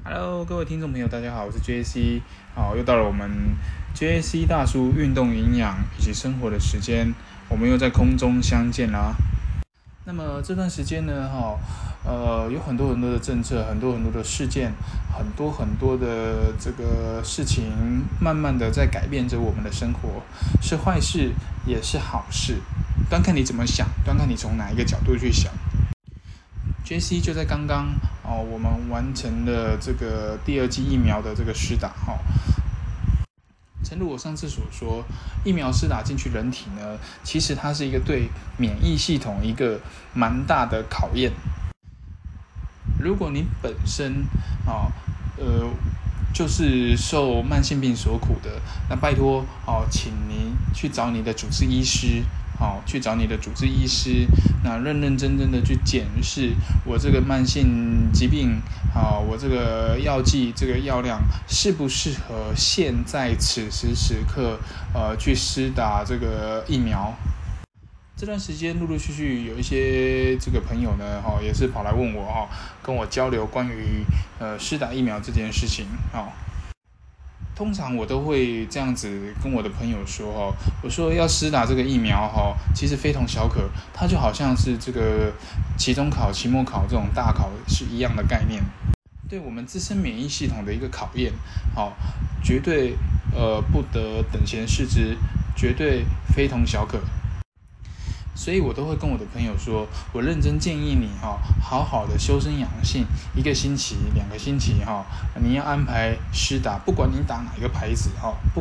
Hello，各位听众朋友，大家好，我是 JC。又到了我们 JC 大叔运动营养以及生活的时间，我们又在空中相见啦。那么这段时间呢，有很多的政策，很多的事件，很多的这个事情，慢慢的在改变着我们的生活，是坏事也是好事，端看你怎么想，端看你从哪一个角度去想。JC 就在刚刚我们完成了这个第2剂疫苗的这个施打诚如我上次所说，疫苗施打进去人体呢，其实它是一个对免疫系统一个蛮大的考验。如果你本身就是受慢性病所苦的，那拜托请您去找你的主治医师。那认真的去检视我这个慢性疾病，我这个药剂这个药量适不适合现在此时此刻去施打这个疫苗。这段时间陆陆续续有一些这个朋友呢，也是跑来问我跟我交流关于施打疫苗这件事情通常我都会这样子跟我的朋友说我说要施打这个疫苗其实非同小可，它就好像是这个期中考、期末考这种大考是一样的概念，对我们自身免疫系统的一个考验，绝对不得等闲视之，绝对非同小可。所以我都会跟我的朋友说，我认真建议你好好的修身养性，1个星期、2个星期你要安排施打，不管你打哪一个牌子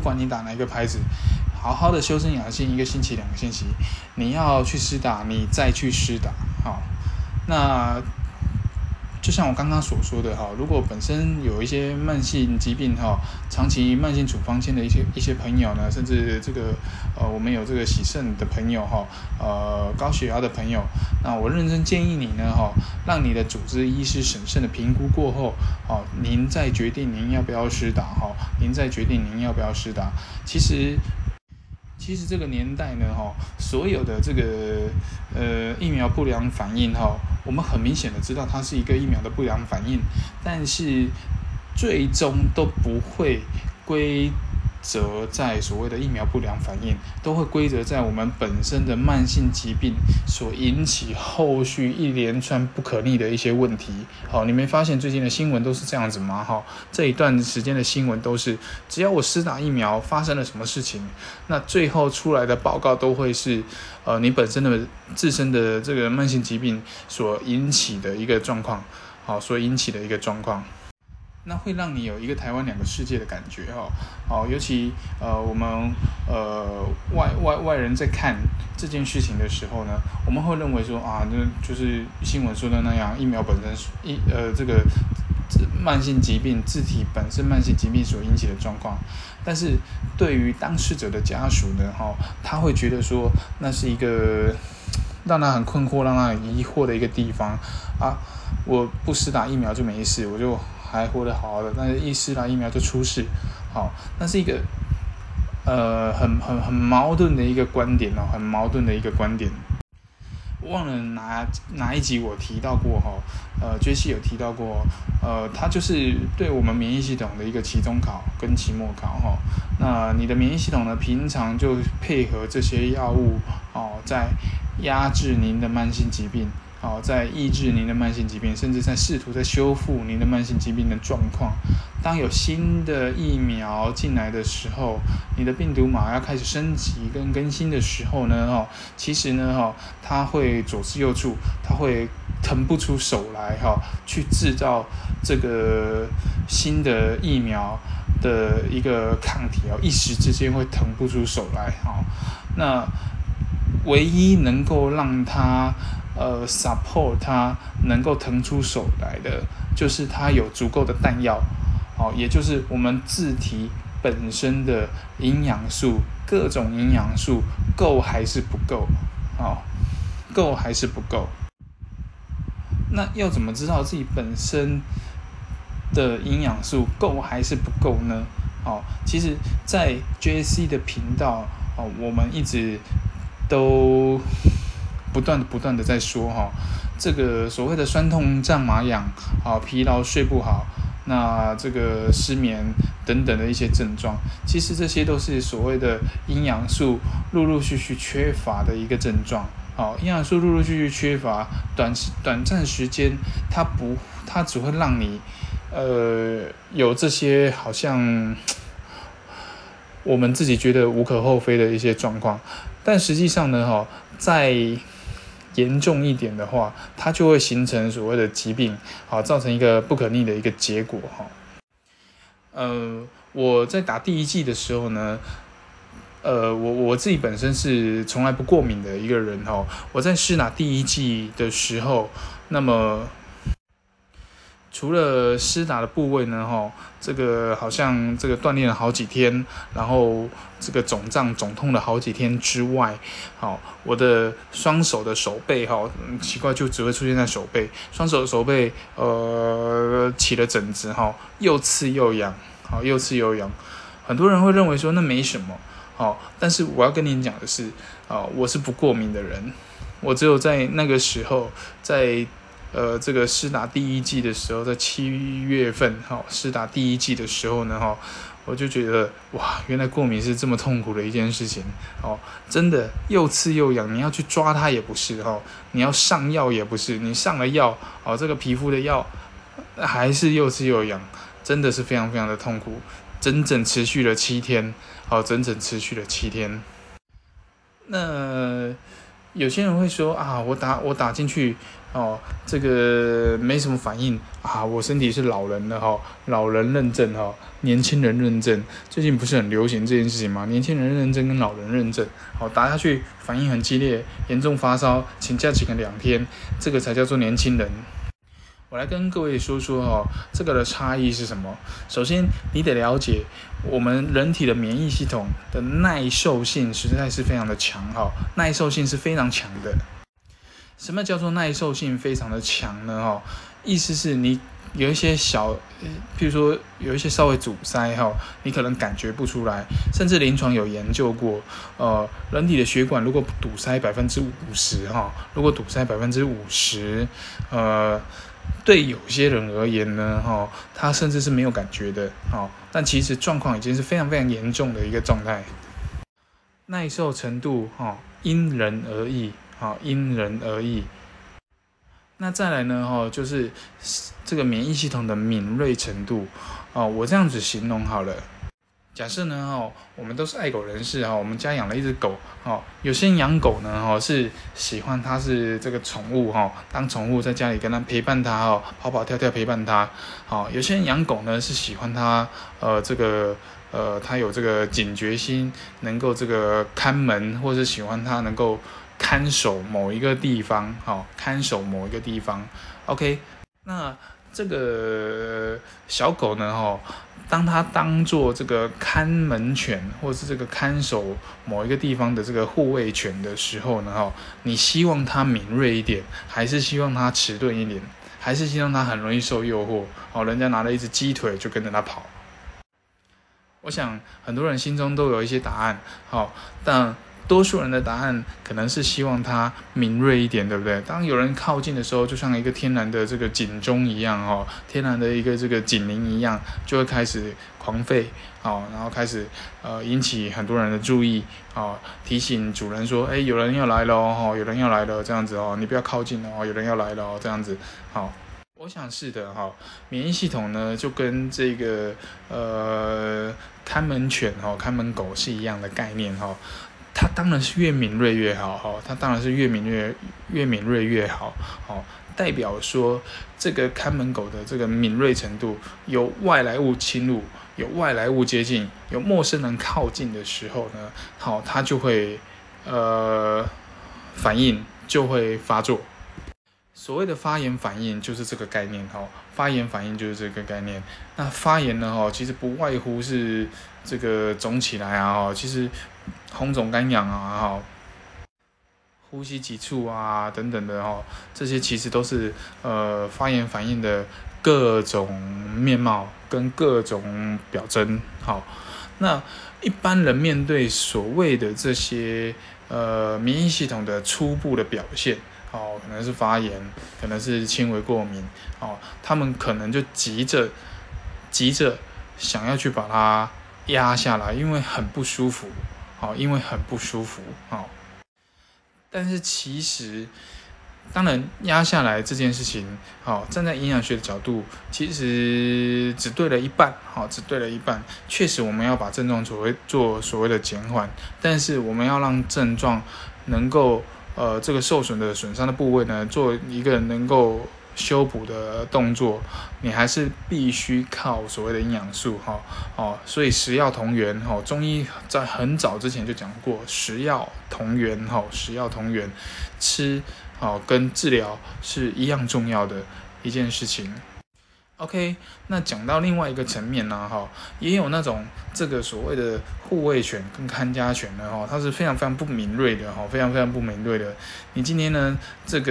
好好的修身养性，1个星期、2个星期，你要去施打，你再去施打那就像我刚刚所说的如果本身有一些慢性疾病长期慢性处方签的一些朋友呢，甚至这个我们有这个洗肾的朋友高血压的朋友，那我认真建议你呢让你的主治医师审慎的评估过后您再决定您要不要施打其实这个年代呢所有的这个疫苗不良反应我们很明显的知道它是一个疫苗的不良反应，但是最终都不会归责在所谓的疫苗不良反应，都会归责在我们本身的慢性疾病所引起后续一连串不可逆的一些问题。你没发现最近的新闻都是这样子吗？这一段时间的新闻都是，只要我施打疫苗发生了什么事情，那最后出来的报告都会是你本身的自身的这个慢性疾病所引起的一个状况，那会让你有一个台湾2个世界的感觉尤其我们外人在看这件事情的时候呢，我们会认为说那就是新闻说的那样，疫苗本身这个慢性疾病自体本身慢性疾病所引起的状况，但是对于当事者的家属呢他会觉得说那是一个让他很困惑、让他很疑惑的一个地方我不施打疫苗就没事，我就还活得好好的，但是一施打疫苗就出事那是一个很矛盾的一个观点忘了哪一集我提到过Jesse 有提到过它就是对我们免疫系统的一个期中考跟期末考那你的免疫系统呢，平常就配合这些药物在压制您的慢性疾病在抑制您的慢性疾病，甚至在试图在修复您的慢性疾病的状况。当有新的疫苗进来的时候，你的病毒码要开始升级跟更新的时候呢其实呢它会左支右绌，它会腾不出手来去制造这个新的疫苗的一个抗体一时之间会腾不出手来那唯一能够让它support 它能够腾出手来的，就是它有足够的弹药也就是我们自体本身的营养素，各种营养素够还是不够够还是不够。那要怎么知道自己本身的营养素够还是不够呢其实在 JC 的频道我们一直都不断的在说这个所谓的酸痛胀麻痒疲劳睡不好那这个失眠等等的一些症状，其实这些都是所谓的营养素陆陆续续缺乏的一个症状。营养素陆陆续续缺乏，短暂时间它只会让你有这些好像我们自己觉得无可厚非的一些状况，但实际上呢，再严重一点的话，它就会形成所谓的疾病，造成一个不可逆的一个结果。我在打第一剂的时候呢，我自己本身是从来不过敏的一个人。我在施打第一剂的时候，那么除了施打的部位呢，这个好像这个锻炼了好几天，然后这个肿胀肿痛了好几天之外，我的双手的手背奇怪就只会出现在手背，双手的手背起了疹子，又刺又痒，又刺又痒。很多人会认为说那没什么，但是我要跟你讲的是，我是不过敏的人，我只有在那个时候在这个施打第一剂的时候，在7月份施打第一剂的时候呢，我就觉得哇，原来过敏是这么痛苦的一件事情。真的又刺又痒，你要去抓它也不是，你要上药也不是，你上了药，这个皮肤的药还是又刺又痒，真的是非常非常的痛苦，整整持续了7天，整整持续了7天。那有些人会说我打进去这个没什么反应我身体是老人了老人认证年轻人认证，最近不是很流行这件事情吗？年轻人认证跟老人认证，打下去反应很激烈，严重发烧，请假请个2天，这个才叫做年轻人。我来跟各位说说这个的差异是什么。首先，你得了解我们人体的免疫系统的耐受性实在是非常的强耐受性是非常强的。什么叫做耐受性非常的强呢？意思是你有一些譬如说有一些稍微阻塞你可能感觉不出来，甚至临床有研究过，人体的血管如果堵塞50%，如果堵塞50%，对有些人而言呢，他甚至是没有感觉的，但其实状况已经是非常非常严重的一个状态。耐受程度因人而异，因人而异。那再来呢，就是这个免疫系统的敏锐程度，我这样子形容好了。假设呢，我们都是爱狗人士我们家养了一只狗有些人养狗呢是喜欢它是这个宠物当宠物在家里跟它陪伴它跑跑跳跳陪伴它有些人养狗呢是喜欢它这个它有这个警觉心，能够这个看门，或是喜欢它能够看守某一个地方看守某一个地方。 OK， 那这个小狗呢当它当做这个看门犬，或是这个看守某一个地方的这个护卫犬的时候呢你希望它敏锐一点，还是希望它迟钝一点，还是希望它很容易受诱惑人家拿了一只鸡腿就跟着它跑？我想很多人心中都有一些答案但多数人的答案可能是希望它敏锐一点，对不对？当有人靠近的时候，就像一个天然的这个警钟一样天然的一个这个警铃一样，就会开始狂吠然后开始引起很多人的注意提醒主人说有人要来了有人要来了，这样子你不要靠近有人要来了这样子我想是的免疫系统呢就跟这个看门犬看门狗是一样的概念它当然是越敏锐越好它当然是越敏锐越好代表说这个看门狗的这个敏锐程度，有外来物侵入，有外来物接近，有陌生人靠近的时候呢它就会反应就会发作。所谓的发炎反应就是这个概念发炎反应就是这个概念。那发炎呢其实不外乎是这个肿起来其实红肿干痒呼吸急促等等的这些其实都是发炎反应的各种面貌跟各种表征那一般人面对所谓的这些免疫系统的初步的表现可能是发炎，可能是轻微过敏他们可能就急着急着想要去把它压下来，因为很不舒服，但是其实，当然压下来这件事情，站在营养学的角度，其实只对了一半，确实我们要把症状做所谓的减缓，但是我们要让症状能够这个受损的损伤的部位呢，做一个能够修补的动作，你还是必须靠所谓的营养素，所以食药同源，中医在很早之前就讲过，食药同源，吃跟治疗是一样重要的一件事情。OK， 那讲到另外一个层面呢，也有那种这个所谓的护卫犬跟看家犬呢，它是非常非常不敏锐的，非常非常不敏锐的。你今天呢，这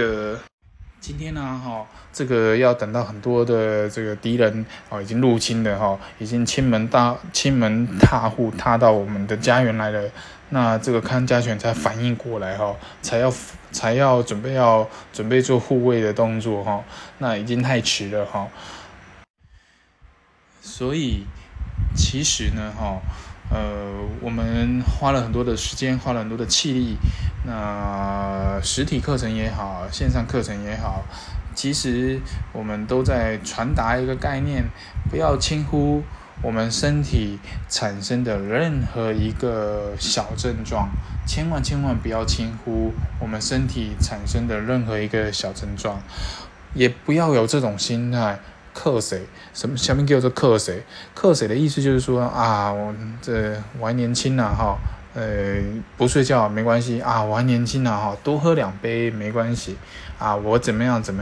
个要等到很多的这个敌人已经入侵了，已经亲门踏户踏到我们的家园来了，那这个看家犬才反应过来，才要准备做护卫的动作，那已经太迟了，所以其实呢，我们花了很多的时间，花了很多的气力，那实体课程也好，线上课程也好，其实我们都在传达一个概念，不要轻忽我们身体产生的任何一个小症状，千万不要轻忽我们身体产生的任何一个小症状，也不要有这种心态。克谁？什么叫做克谁？克谁的意思就是说我还年轻不睡觉没关系我还年轻多喝2杯没关系我怎么样。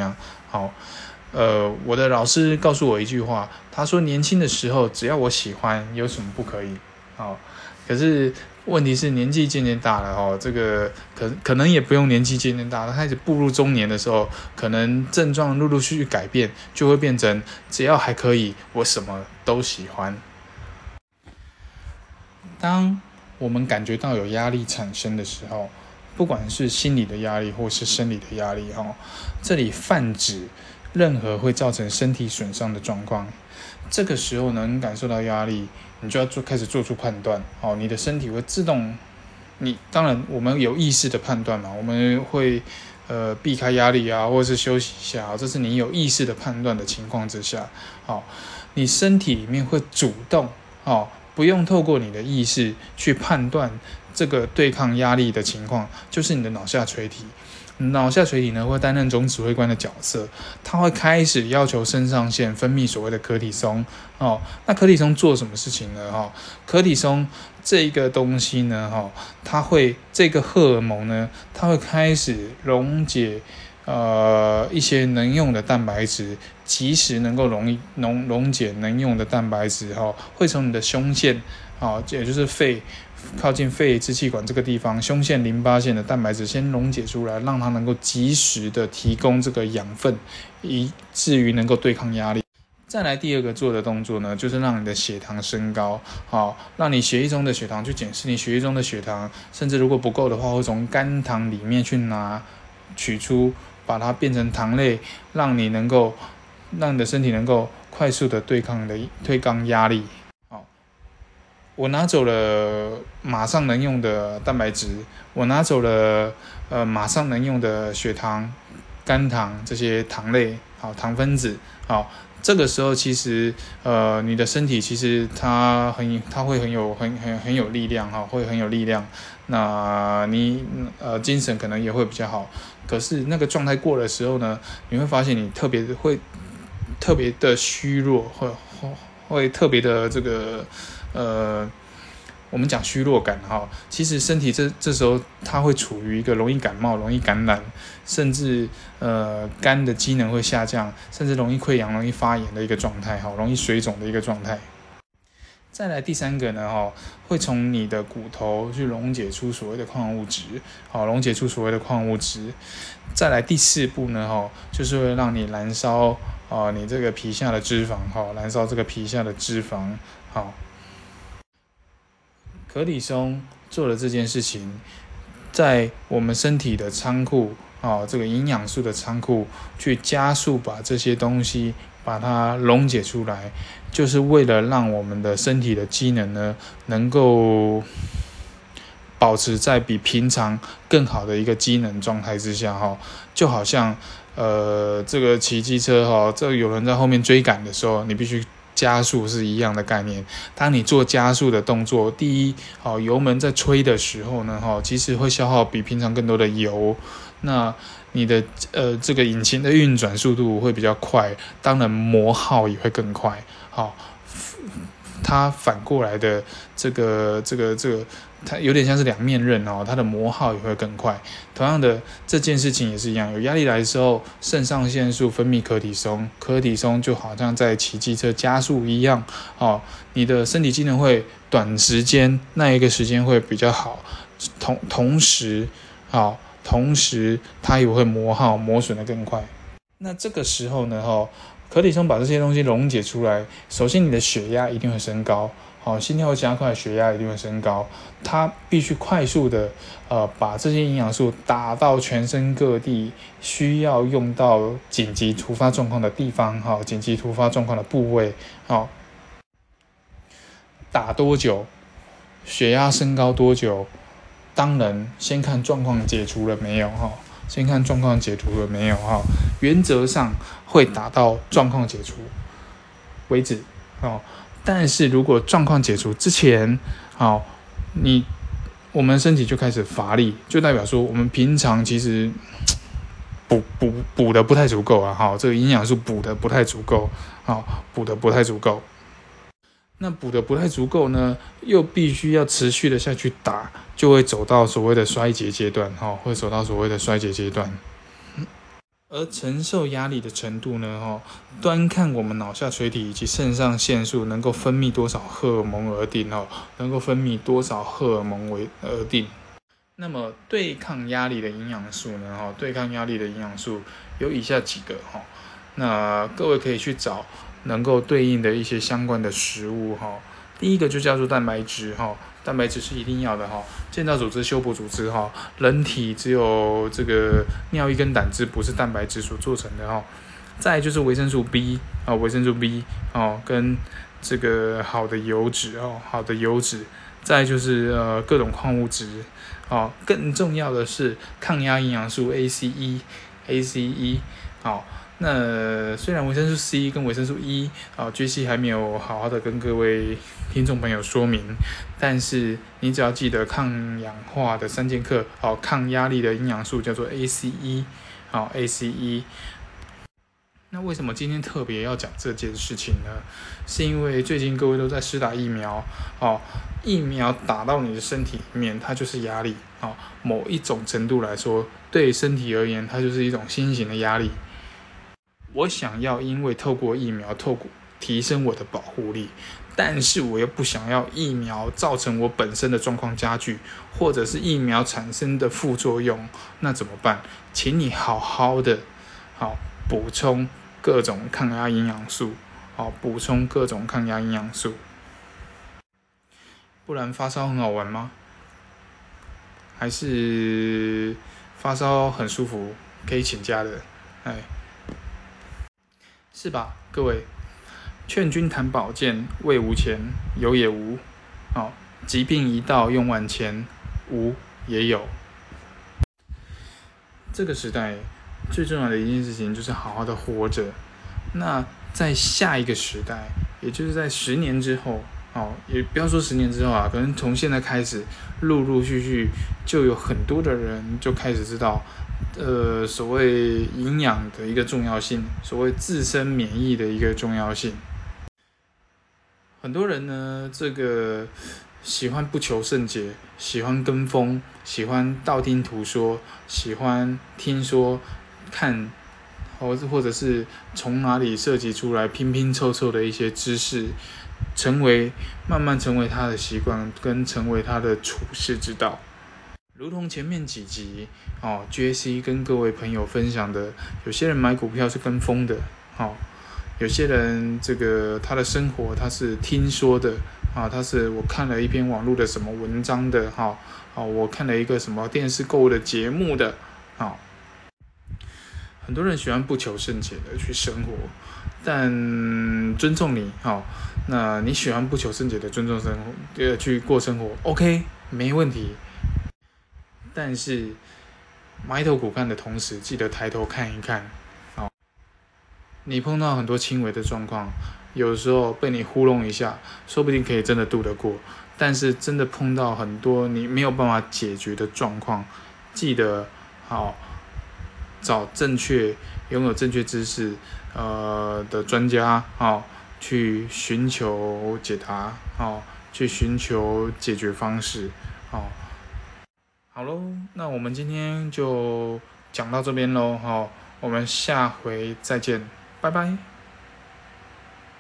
我的老师告诉我一句话，他说年轻的时候只要我喜欢，有什么不可以？可是问题是年纪渐渐大了这个可能也不用年纪渐渐大了，开始步入中年的时候，可能症状陆续改变，就会变成只要还可以，我什么都喜欢。当我们感觉到有压力产生的时候，不管是心理的压力或是生理的压力这里泛指任何会造成身体损伤的状况。这个时候能感受到压力，你就要开始做出判断你的身体会自动，当然我们有意识的判断嘛，我们会避开压力或者是休息一下这是你有意识的判断的情况之下你身体里面会主动不用透过你的意识去判断这个对抗压力的情况，就是你的脑下垂体。脑下垂体呢会担任总指挥官的角色，它会开始要求肾上腺分泌所谓的可体松那可体松做什么事情呢可体松这个东西呢这个荷尔蒙呢，它会开始溶解一些能用的蛋白质，及时能够溶解能用的蛋白质会从你的胸腺也就是靠近肺支气管这个地方，胸腺淋巴腺的蛋白质先溶解出来，让它能够及时的提供这个养分，以至于能够对抗压力。再来第二个做的动作呢，就是让你的血糖升高让你血液中的血糖去检视你血液中的血糖，甚至如果不够的话，会从肝糖里面去取出，把它变成糖类，让你的身体能够快速的对抗压力我拿走了马上能用的蛋白质，我拿走了马上能用的血糖、肝糖这些糖类糖分子这个时候其实你的身体其实它会很有力量会很有力量，那你精神可能也会比较好。可是那个状态过的时候呢，你会发现你特别的虚弱，会特别的这个我们讲虚弱感其实身体这时候它会处于一个容易感冒、容易感染，甚至肝的机能会下降，甚至容易溃疡、容易发炎的一个状态容易水肿的一个状态。再来第三个呢会从你的骨头去溶解出所谓的矿物质再来第4步呢就是会让你燃烧你这个皮下的脂肪燃烧这个皮下的脂肪可体松做了这件事情，在我们身体的仓库这个营养素的仓库去加速把这些东西把它溶解出来，就是为了让我们的身体的机能呢能够保持在比平常更好的一个机能状态之下哈，就好像这个骑机车哈，这有人在后面追赶的时候，你必须加速是一样的概念。当你做加速的动作，第一，油门在吹的时候呢，其实会消耗比平常更多的油，那你的这个引擎的运转速度会比较快，当然磨耗也会更快。好，它反过来的这个，它有点像是两面刃哦，它的磨耗也会更快。同样的，这件事情也是一样，有压力来的时候，肾上腺素分泌可体松，可体松就好像在骑机车加速一样，你的身体机能会短时间那一个时间会比较好，同时它也会磨损的更快。那这个时候呢，可体松把这些东西溶解出来，首先你的血压一定会升高，心跳会加快，血压一定会升高，它必须快速的把这些营养素打到全身各地需要用到紧急突发状况的地方，紧急突发状况的部位，打多久，血压升高多久，当然先看状况解除了没有，原则上会打到状况解除为止，但是如果状况解除之前，我们身体就开始乏力，就代表说我们平常其实补的不太足够啊，这个营养素补的不太足够，那补的不太足够呢，又必须要持续的下去打，就会走到所谓的衰竭阶段，而承受压力的程度呢，端看我们脑下垂体以及肾上腺素能够分泌多少荷尔蒙而定，那么对抗压力的营养素呢，有以下几个，那各位可以去找能够对应的一些相关的食物，第一个就叫做蛋白质，蛋白质是一定要的，建造组织、修补组织，人体只有这个尿液跟胆汁不是蛋白质所做成的，再来就是维生素 B，跟这个好的油脂，再来就是各种矿物质，更重要的是抗压营养素 ACE，那虽然维生素 C 跟维生素 E，Jessie 还没有好好的跟各位听众朋友说明，但是你只要记得抗氧化的3剑客，抗压力的营养素叫做 ACE，那为什么今天特别要讲这件事情呢？是因为最近各位都在施打疫苗，疫苗打到你的身体里面，它就是压力，某一种程度来说，对身体而言，它就是一种新型的压力。我想要因为透过疫苗提升我的保护力，但是我又不想要疫苗造成我本身的状况加剧，或者是疫苗产生的副作用，那怎么办？请你好好的补充各种抗压营养素，不然发烧很好玩吗？还是发烧很舒服可以请假的？是吧，各位？劝君谈保健，味无钱，有也无。疾病一到用万钱，无也有。这个时代最重要的一件事情就是好好的活着。那在下一个时代，也就是在10年之后，也不要说10年之后可能从现在开始，陆陆续续就有很多的人就开始知道。所谓营养的一个重要性，所谓自身免疫的一个重要性。很多人呢，这个喜欢不求甚解，喜欢跟风，喜欢道听途说，喜欢听说看，或者是从哪里涉及出来拼拼凑凑的一些知识，慢慢成为他的习惯，跟成为他的处世之道。如同前面几集Jessie 跟各位朋友分享的，有些人买股票是跟风的，有些人这个他的生活他是听说的，他是我看了一篇网络的什么文章的，我看了一个什么电视购物的节目的，很多人喜欢不求甚解的去生活， 但尊重你，好，那你喜欢不求甚解的尊重生活，去过生活，OK，没问题。但是埋头苦干的同时，记得抬头看一看，好，你碰到很多轻微的状况，有时候被你糊弄一下，说不定可以真的度得过。但是真的碰到很多你没有办法解决的状况，记得好找拥有正确知识的专家，好去寻求解答，好去寻求解决方式，好。好喽，那我们今天就讲到这边喽，好，我们下回再见，拜拜。